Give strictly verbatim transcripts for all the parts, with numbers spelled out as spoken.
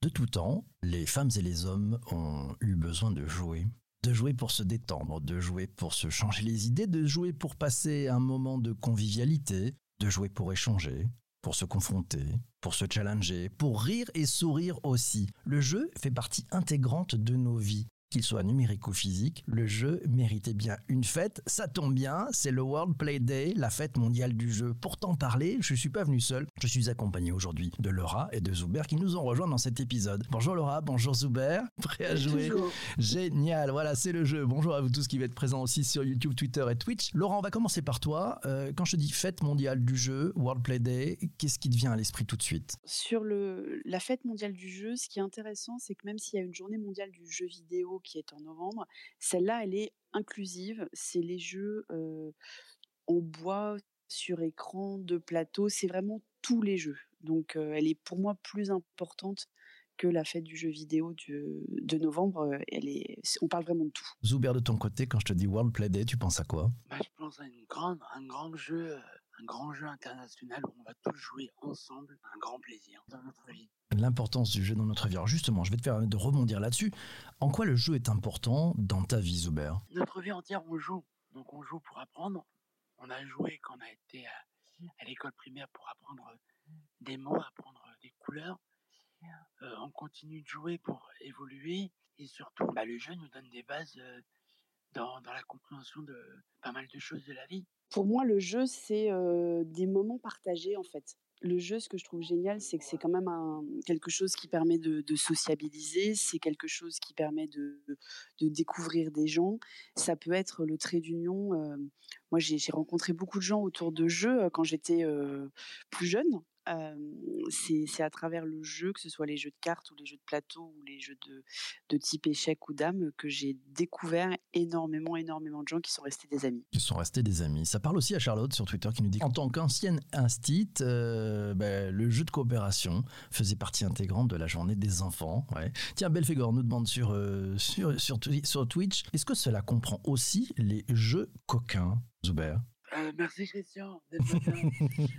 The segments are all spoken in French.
De tout temps, les femmes et les hommes ont eu besoin de jouer. De jouer pour se détendre, de jouer pour se changer les idées, de jouer pour passer un moment de convivialité, de jouer pour échanger, pour se confronter, pour se challenger, pour rire et sourire aussi. Le jeu fait partie intégrante de nos vies. Qu'il soit numérique ou physique, le jeu méritait bien une fête. Ça tombe bien, c'est le World Play Day, la fête mondiale du jeu. Pour t'en parler, je ne suis pas venu seul. Je suis accompagné aujourd'hui de Laura et de Zuber qui nous ont rejoints dans cet épisode. Bonjour Laura, bonjour Zuber. Prêt à jouer? Toujours. Génial, voilà, c'est le jeu. Bonjour à vous tous qui va être présents aussi sur YouTube, Twitter et Twitch. Laura, on va commencer par toi. Euh, quand je te dis fête mondiale du jeu, World Play Day, qu'est-ce qui te vient à l'esprit tout de suite? Sur le, la fête mondiale du jeu, ce qui est intéressant, c'est que même s'il y a une journée mondiale du jeu vidéo qui est en novembre, celle-là, elle est inclusive. C'est les jeux euh, en bois, sur écran, de plateau. C'est vraiment tous les jeux. Donc, euh, elle est pour moi plus importante que la fête du jeu vidéo du, de novembre. Elle est, on parle vraiment de tout. Zuber, de ton côté, quand je te dis World Play Day, tu penses à quoi? Bah, je pense à une grande, un grand jeu, un grand jeu international où on va tous jouer ensemble, un grand plaisir dans notre vie. L'importance du jeu dans notre vie. Alors justement, je vais te permettre de rebondir là-dessus. En quoi le jeu est important dans ta vie, Zuber? Notre vie entière, on joue. Donc on joue pour apprendre. On a joué quand on a été à, à l'école primaire pour apprendre des mots, apprendre des couleurs. Euh, on continue de jouer pour évoluer. Et surtout, bah, le jeu nous donne des bases euh, dans, dans la compréhension de pas mal de choses de la vie. Pour moi, le jeu, c'est euh, des moments partagés, en fait. Le jeu, ce que je trouve génial, c'est que c'est quand même un, quelque chose qui permet de, de sociabiliser, c'est quelque chose qui permet de, de découvrir des gens. Ça peut être le trait d'union. Euh, moi, j'ai, j'ai rencontré beaucoup de gens autour de jeux euh, quand j'étais euh, plus jeune. Euh, c'est, c'est à travers le jeu, que ce soit les jeux de cartes ou les jeux de plateau ou les jeux de, de type échec ou dame, que j'ai découvert énormément, énormément de gens qui sont restés des amis. Qui sont restés des amis. Ça parle aussi à Charlotte sur Twitter qui nous dit qu'en tant qu'ancienne instit, euh, ben, le jeu de coopération faisait partie intégrante de la journée des enfants. Ouais. Tiens, Belphégor nous demande sur, euh, sur, sur, sur Twitch, est-ce que cela comprend aussi les jeux coquins, Zuber? Euh, merci Christian d'être matin.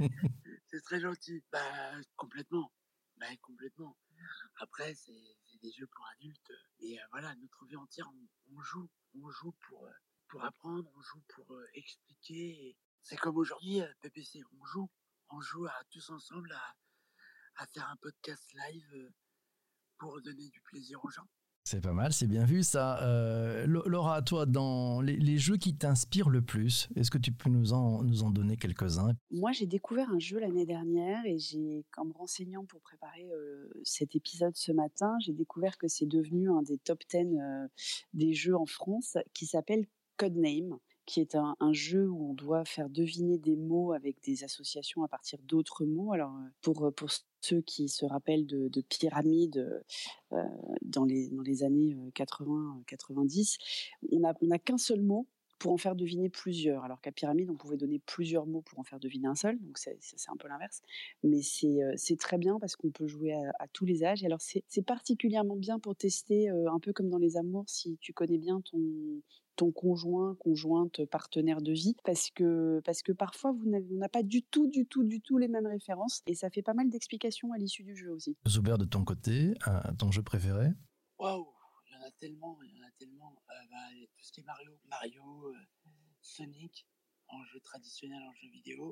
C'est très gentil. Bah complètement. Bah complètement. Après c'est, c'est des jeux pour adultes et euh, voilà, notre vie entière on, on joue, on joue pour euh, pour apprendre, on joue pour euh, expliquer. Et c'est comme aujourd'hui euh, P P C, on joue, on joue à tous ensemble à à faire un podcast live euh, pour donner du plaisir aux gens. C'est pas mal, c'est bien vu ça. Euh, Laura, toi, dans les, les jeux qui t'inspirent le plus, est-ce que tu peux nous en, nous en donner quelques-uns? Moi, j'ai découvert un jeu l'année dernière et j'ai, comme renseignant pour préparer euh, cet épisode ce matin, j'ai découvert que c'est devenu un des top dix euh, des jeux en France qui s'appelle Codename, qui est un, un jeu où on doit faire deviner des mots avec des associations à partir d'autres mots. Alors, pour, pour ceux qui se rappellent de, de Pyramide euh, dans, les, dans les années quatre-vingts quatre-vingt-dix, on n'a on a qu'un seul mot pour en faire deviner plusieurs. Alors qu'à Pyramide, on pouvait donner plusieurs mots pour en faire deviner un seul, donc c'est, c'est un peu l'inverse. Mais c'est, c'est très bien parce qu'on peut jouer à, à tous les âges. Et alors c'est, c'est particulièrement bien pour tester, euh, un peu comme dans les amours, si tu connais bien ton, ton conjoint, conjointe, partenaire de vie, parce que, parce que parfois, vous n'avez, on n'a pas du tout, du tout, du tout les mêmes références, et ça fait pas mal d'explications à l'issue du jeu aussi. Zuber, de ton côté, euh, ton jeu préféré? Waouh, il y en a tellement, il y en a tellement. Euh, bah, tout ce qui est Mario, Mario, euh, Sonic, en jeu traditionnel, en jeu vidéo,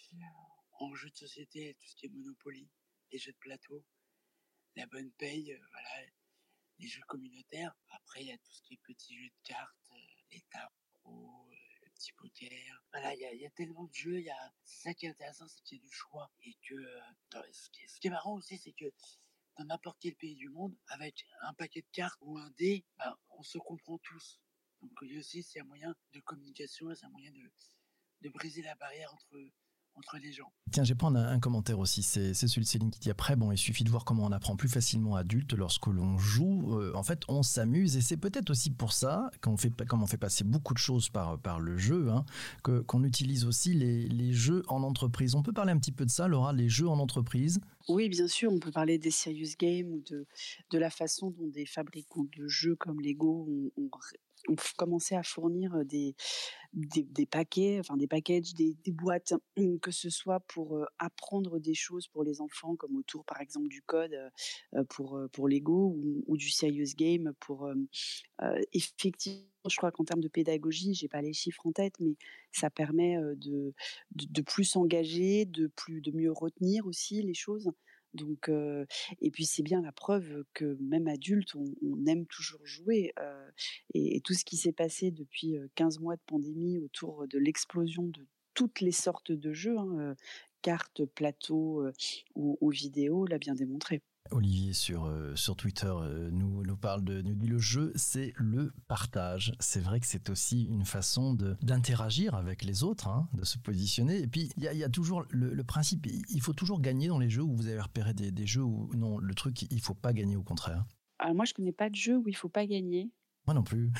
en jeu de société, tout ce qui est Monopoly, les jeux de plateau, la bonne paye, euh, voilà, les jeux communautaires. Après, il y a tout ce qui est petits jeux de cartes, euh, les tarots, euh, le petit poker. Voilà, il y, y a tellement de jeux. Y a... C'est ça qui est intéressant, c'est qu'il y a du choix. Et que euh, ce, qui est, ce qui est marrant aussi, c'est que dans n'importe quel pays du monde, avec un paquet de cartes ou un dé, bah, on se comprend tous. Donc lui aussi, c'est un moyen de communication, c'est un moyen de, de briser la barrière entre entre les gens. Tiens, je vais prendre un, un commentaire aussi, c'est, c'est celui de Céline qui dit après, bon, il suffit de voir comment on apprend plus facilement adulte lorsque l'on joue, euh, en fait, on s'amuse, et c'est peut-être aussi pour ça, qu'on fait, comme on fait passer beaucoup de choses par, par le jeu, hein, que, qu'on utilise aussi les, les jeux en entreprise. On peut parler un petit peu de ça, Laura, les jeux en entreprise? Oui, bien sûr, on peut parler des serious games ou de, de la façon dont des fabricants de jeux comme Lego ont, ont ont f commencé à fournir des des des paquets, enfin des packages, des des boîtes, mmh, que ce soit pour, heu, apprendre des choses pour les enfants, comme autour, par exemple, du code, heu heu, pour, heu, pour Lego ou ou du serious game pour, hem, heu, effectivement, je crois qu'en termes de pédagogie, j'ai pas les chiffres en tête, mais ça permet, heu, de de de plus s'engager, de plus de mieux retenir aussi les choses. Donc heu et puis c'est bien la preuve que même adulte, on on aime toujours jouer, heu et et tout ce qui s'est passé depuis, heu, quinze mois de pandémie autour de l'explosion de toutes les sortes de jeux, hein, heu, cartes, plateaux, heu, ou ou vidéos l'a bien démontré. Olivier sur, euh, sur Twitter euh, nous, nous parle de nous dit le jeu, c'est le partage. C'est vrai que c'est aussi une façon de, d'interagir avec les autres, hein, de se positionner. Et puis il y a, y a toujours le, le principe, il faut toujours gagner dans les jeux où vous avez repéré des, des jeux où non, le truc, il faut pas gagner au contraire. Alors moi, je connais pas de jeu où il faut pas gagner. Moi non plus.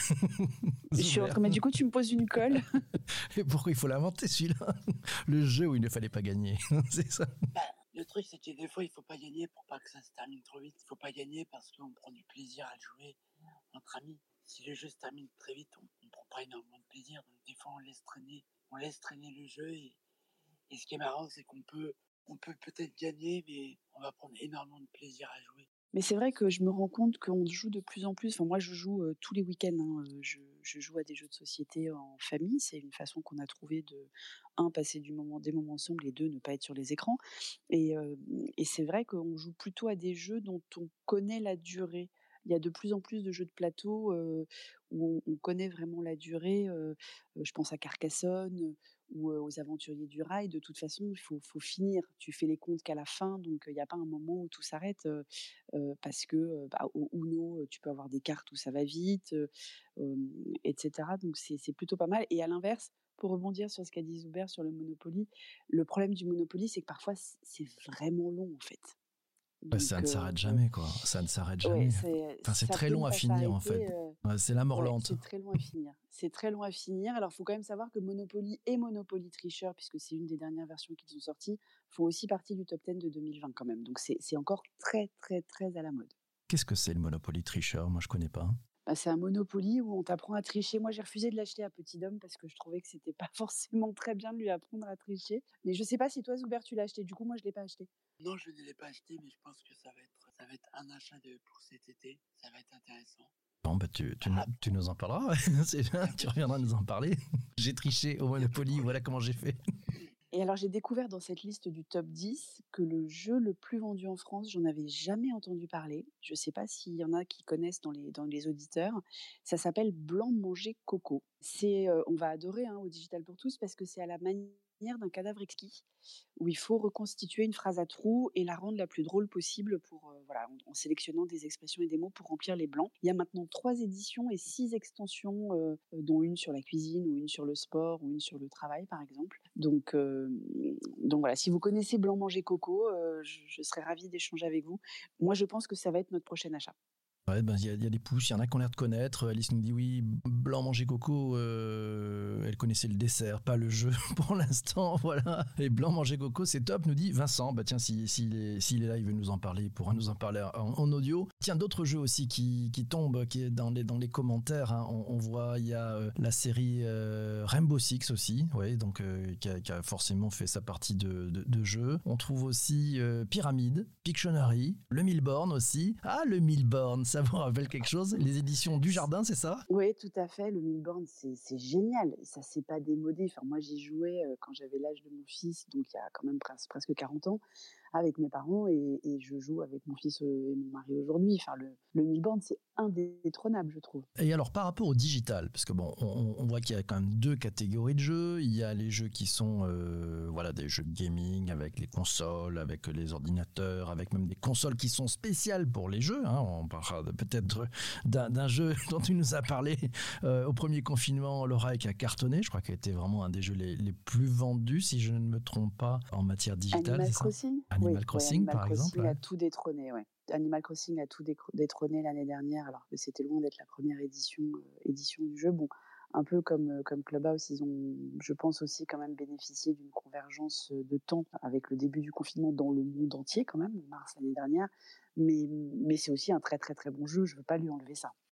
Je suis en train mais du coup, tu me poses une colle. Et pourquoi il faut l'inventer celui-là? Le jeu où il ne fallait pas gagner, c'est ça. Bah, le truc, c'est que des fois, il faut pas gagner pour pas que ça se termine trop vite. Il faut pas gagner parce qu'on prend du plaisir à le jouer entre amis. Si le jeu se termine très vite, on, on prend pas énormément de plaisir. Donc des fois, on laisse traîner, on laisse traîner le jeu. Et, et ce qui est marrant, c'est qu'on peut, on peut peut-être gagner, mais on va prendre énormément de plaisir à jouer. Mais c'est vrai que je me rends compte qu'on joue de plus en plus. Enfin, moi, je joue euh, tous les week-ends, hein, euh, Je, je joue à des jeux de société en famille. C'est une façon qu'on a trouvé de, un, passer du moment, des moments ensemble et deux, ne pas être sur les écrans. Et, euh, et c'est vrai qu'on joue plutôt à des jeux dont on connaît la durée. Il y a de plus en plus de jeux de plateau euh, où on, on connaît vraiment la durée. Euh, euh, je pense à Carcassonne euh, ou euh, aux Aventuriers du Rail. De toute façon, il faut, faut finir. Tu fais les comptes qu'à la fin, donc il n'y a pas un moment où tout s'arrête. Euh, euh, parce que euh, bah, au Uno, euh, tu peux avoir des cartes où ça va vite, euh, euh, et cetera. Donc c'est c'est plutôt pas mal. Et à l'inverse, pour rebondir sur ce qu'a dit Zuber sur le Monopoly, le problème du Monopoly, c'est que parfois c- c'est vraiment long en fait. Ouais, ça Donc ne euh, s'arrête jamais, quoi. Ça ne s'arrête ouais, jamais. c'est, Enfin, c'est ça très peut ne long à pas finir, en fait. s'arrêter. euh, Ouais, c'est la mort Ouais, lente. c'est très long à finir. C'est très long à finir. Alors, il faut quand même savoir que Monopoly et Monopoly Tricheur, puisque c'est une des dernières versions qu'ils ont sorties, font aussi partie du top dix de deux mille vingt quand même. Donc, c'est c'est encore très, très, très à la mode. Qu'est-ce que c'est le Monopoly tricheur? Moi, je connais pas. Bah, c'est un Monopoly où on t'apprend à tricher. Moi, j'ai refusé de l'acheter à Petit Homme parce que je trouvais que c'était pas forcément très bien de lui apprendre à tricher. Mais je sais pas si toi, Zuber, tu l'as acheté. Du coup, moi, je l'ai pas acheté. Non, je ne l'ai pas acheté, mais je pense que ça va être, ça va être un achat de, pour cet été. Ça va être intéressant. Bon, bah, tu, tu, Ah, tu nous en parleras. C'est bien, tu reviendras nous en parler. J'ai triché au Monopoly, voilà comment j'ai fait. Et alors, j'ai découvert dans cette liste du top dix que le jeu le plus vendu en France, j'en avais jamais entendu parler. Je sais pas s'il y en a qui connaissent dans les, dans les auditeurs. Ça s'appelle Blanc Manger Coco. C'est, euh, on va adorer hein, au Digital pour tous parce que c'est à la manière d'un cadavre exquis où il faut reconstituer une phrase à trous et la rendre la plus drôle possible pour, euh, voilà, en, en sélectionnant des expressions et des mots pour remplir les blancs. Il y a maintenant trois éditions et six extensions, euh, dont une sur la cuisine ou une sur le sport ou une sur le travail, par exemple. Donc, euh, donc voilà, si vous connaissez Blanc Manger Coco, euh, je, je serais ravie d'échanger avec vous. Moi, je pense que ça va être notre prochain achat. Ouais, ben, il y, a- il y a des pouces, il y en a qui ont l'air de connaître. Alice nous dit oui, blanc manger coco, euh, elle connaissait le dessert, pas le jeu pour l'instant, voilà. Et blanc manger coco, c'est top, nous dit Vincent. Bah tiens, s'il si, s'il est, s'il est là, il veut nous en parler, il pourra nous en parler en, en audio. Tiens, d'autres jeux aussi qui, qui tombent qui est dans, les, dans les commentaires, hein. on, on voit, il y a euh, la série euh, Rainbow Six aussi, ouais, donc, euh, qui, a, qui a forcément fait sa partie de, de, de jeu. On trouve aussi euh, Pyramide, Pictionary, le Milborn aussi. Ah, le Milborn, ça vous rappelle quelque chose? Les éditions du Jardin, c'est ça? Oui, tout à fait. Le Milborn, c'est c'est génial. Ça s'est pas démodé. Enfin, moi, j'y jouais euh, quand j'avais l'âge de mon fils, donc il y a quand même pres- presque quarante ans, avec mes parents, et, et je joue avec mon fils euh, et mon mari aujourd'hui. Enfin, le, le Milborn, c'est indétrônable, je trouve. Et alors, par rapport au digital, parce que bon, on, on voit qu'il y a quand même deux catégories de jeux. Il y a les jeux qui sont, euh, voilà, des jeux de gaming avec les consoles, avec les ordinateurs, avec même des consoles qui sont spéciales pour les jeux, hein. On parlera de- peut-être d'un, d'un jeu dont tu nous as parlé euh, au premier confinement, Laura, qui a cartonné. Je crois qu'il a été vraiment un des jeux les, les plus vendus, si je ne me trompe pas, en matière digitale, Animal c'est ça? Crossing? Oui, Animal oui, Crossing, Animal par exemple. Crossing Ouais. a tout détrôné, ouais. Animal Crossing a tout décro- détrôné l'année dernière, alors que c'était loin d'être la première édition, euh, édition du jeu. Bon, un peu comme, euh, comme Clubhouse, ils ont, je pense aussi quand même bénéficié d'une convergence euh, de temps avec le début du confinement dans le monde entier quand même, en mars l'année dernière. Mais, mais c'est aussi un très très très bon jeu, je veux pas lui enlever ça.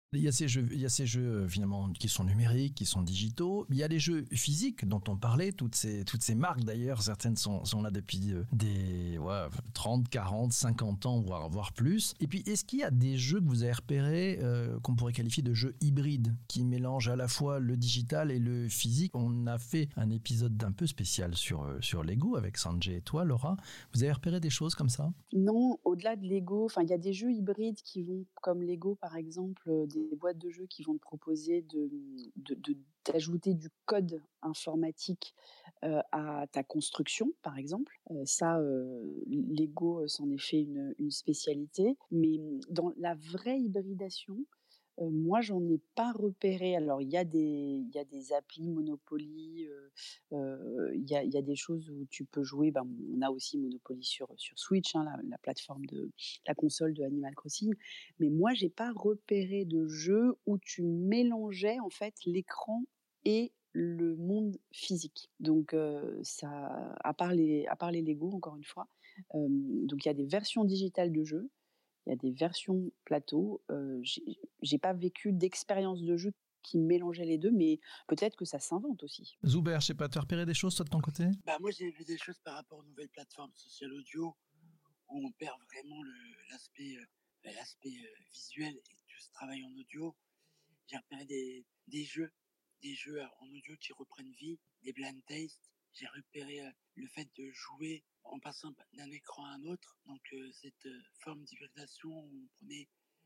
Il y a ces jeux, il y a ces jeux finalement qui sont numériques, qui sont digitaux. Il y a les jeux physiques dont on parlait, toutes ces, toutes ces marques d'ailleurs, certaines sont, sont là depuis des ouais, trente, quarante, cinquante ans, voire, voire plus. Et puis, est-ce qu'il y a des jeux que vous avez repérés euh, qu'on pourrait qualifier de jeux hybrides, qui mélangent à la fois le digital et le physique? On a fait un épisode d'un peu spécial sur, sur Lego avec Sanjay et toi, Laura. Vous avez repéré des choses comme ça? Non, au-delà de Lego, enfin, il y a des jeux hybrides qui vont, comme Lego par exemple, des des boîtes de jeux qui vont te proposer de, de, de- d'ajouter du code informatique euh, à ta construction, par exemple. Euh, ça, euh, Lego euh, s'en est fait une, une spécialité. Mais hum, dans la vraie hybridation, euh, moi, j'en ai pas repéré. Alors, il y a des, il y a des applis Monopoly, euh, euh, il y a, il y a des choses où tu peux jouer. Ben, on a aussi Monopoly sur, sur Switch, hein, la, la plateforme de la console de Animal Crossing. Mais moi, j'ai pas repéré de jeu où tu mélangeais en fait l'écran et le monde physique. Donc, euh, ça, à part les, à part les Lego, encore une fois. Euh, donc, il y a des versions digitales de jeux. Il y a des versions plateau. Euh, j'ai j'ai pas vécu d'expérience de jeu qui mélangeait les deux, mais peut-être que ça s'invente aussi. Zuber, je sais pas, tu as repéré des choses toi de ton côté? Bah, moi, j'ai vu des choses par rapport aux nouvelles plateformes sociales audio où on perd vraiment le- l'aspect euh, bah, l'aspect euh, visuel et tout ce travail en audio. J'ai repéré des, des jeux, des jeux en audio qui reprennent vie, des blind tastes. J'ai repéré euh, le fait de jouer en passant d'un écran à un autre. Donc euh, cette euh, forme d'hybridation où on prenait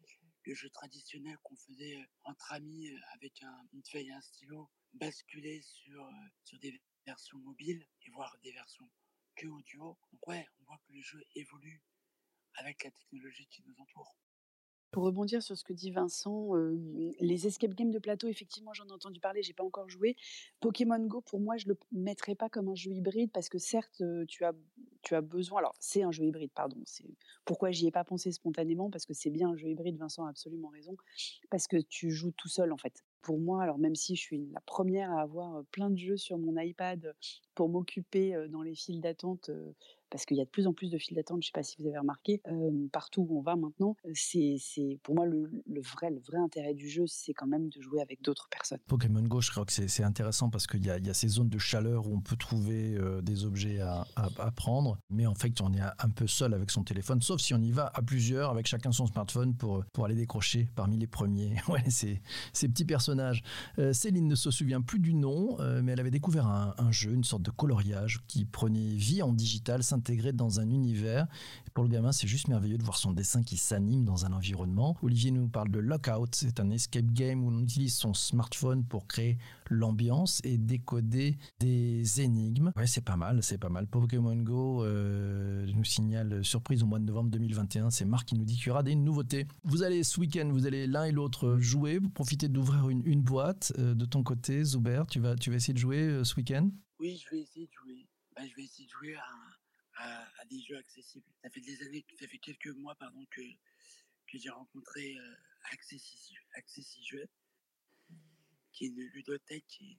le jeu traditionnel qu'on faisait euh, entre amis euh, avec un, une feuille et un stylo, basculer sur, euh, sur des versions mobiles et voir des versions que audio. Donc ouais, on voit que le jeu évolue avec la technologie qui nous entoure. Pour rebondir sur ce que dit Vincent, euh, les escape games de plateau, effectivement, j'en ai entendu parler, j'ai pas encore joué. Pokémon Go, pour moi, je le mettrais pas comme un jeu hybride parce que certes, euh, tu as, tu as besoin. Alors, c'est un jeu hybride, pardon. C'est pourquoi j'y ai pas pensé spontanément parce que c'est bien un jeu hybride. Vincent a absolument raison parce que tu joues tout seul en fait. Pour moi, alors même si je suis la première à avoir euh, plein de jeux sur mon iPad euh, pour m'occuper euh, dans les files d'attente, euh, parce qu'il y a de plus en plus de files d'attente, je ne sais pas si vous avez remarqué, euh, partout où on va maintenant, c'est, c'est pour moi le, le vrai, le vrai intérêt du jeu, c'est quand même de jouer avec d'autres personnes. Pokémon Go, je crois que c'est, c'est intéressant parce qu'il y a, il y a ces zones de chaleur où on peut trouver euh, des objets à, à, à prendre, mais en fait on est un peu seul avec son téléphone, sauf si on y va à plusieurs avec chacun son smartphone pour, pour aller décrocher parmi les premiers. Ouais, c'est, ces petits personnages. Euh, Céline ne se souvient plus du nom, euh, mais elle avait découvert un, un jeu, une sorte de coloriage qui prenait vie en digital, s'intégrait dans un univers. Et pour le gamin, c'est juste merveilleux de voir son dessin qui s'anime dans un environnement. Olivier nous parle de Lockout, c'est un escape game où on utilise son smartphone pour créer l'ambiance et décoder des énigmes. Ouais, c'est pas mal, c'est pas mal. Pokémon Go euh, nous signale surprise au mois de novembre deux mille vingt et un. C'est Marc qui nous dit qu'il y aura des nouveautés. Vous allez ce week-end, vous allez l'un et l'autre jouer, vous profitez d'ouvrir une, une boîte. Euh, de ton côté, Zuber, tu vas, tu vas essayer de jouer euh, ce week-end? Oui, je vais essayer de jouer. Bah, je vais essayer de jouer à, à, à des jeux accessibles. Ça fait des années, ça fait quelques mois pardon que que j'ai rencontré euh, Accessi Accessi Jeux, qui est une ludothèque qui,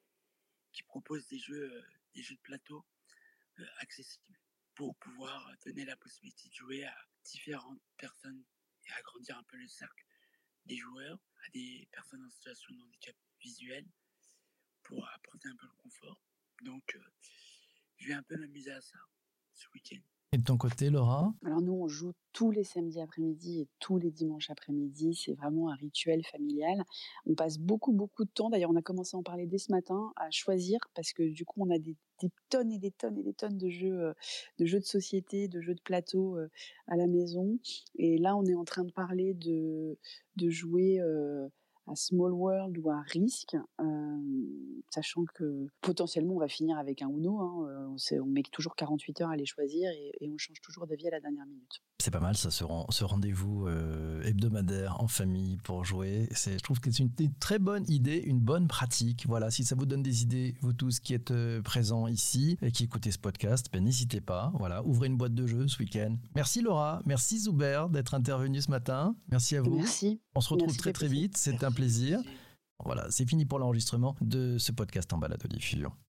qui propose des jeux euh, des jeux de plateau euh, accessibles pour pouvoir donner la possibilité de jouer à différentes personnes et agrandir un peu le cercle des joueurs, à des personnes en situation de handicap visuel pour apporter un peu le confort. Donc, euh, je vais un peu m'amuser à ça ce week-end. Et de ton côté, Laura? Alors nous, on joue tous les samedis après-midi et tous les dimanches après-midi. C'est vraiment un rituel familial. On passe beaucoup, beaucoup de temps. D'ailleurs, on a commencé à en parler dès ce matin, à choisir, parce que du coup, on a des, des tonnes et des tonnes et des tonnes de jeux, euh, de jeux de société, de jeux de plateau euh, à la maison. Et là, on est en train de parler de, de jouer euh, à Small World ou à Risk, euh, sachant que potentiellement, on va finir avec un Uno. Hein. Euh, On, sait- on met toujours quarante-huit heures à les choisir et, et on change toujours d'avis à la dernière minute. C'est pas mal ça, ce, ren- ce rendez-vous euh, hebdomadaire en famille pour jouer. C'est, je trouve que c'est une, une très bonne idée, une bonne pratique. Voilà, si ça vous donne des idées, vous tous qui êtes euh, présents ici et qui écoutez ce podcast, ben, n'hésitez pas. Voilà, ouvrez une boîte de jeux ce week-end. Merci Laura, merci Zuber d'être intervenu ce matin. Merci à vous. Merci. On se retrouve Merci, très très P P C. vite, c'est un Merci, plaisir. merci. Voilà, c'est fini pour l'enregistrement de ce podcast en balado-diffusion.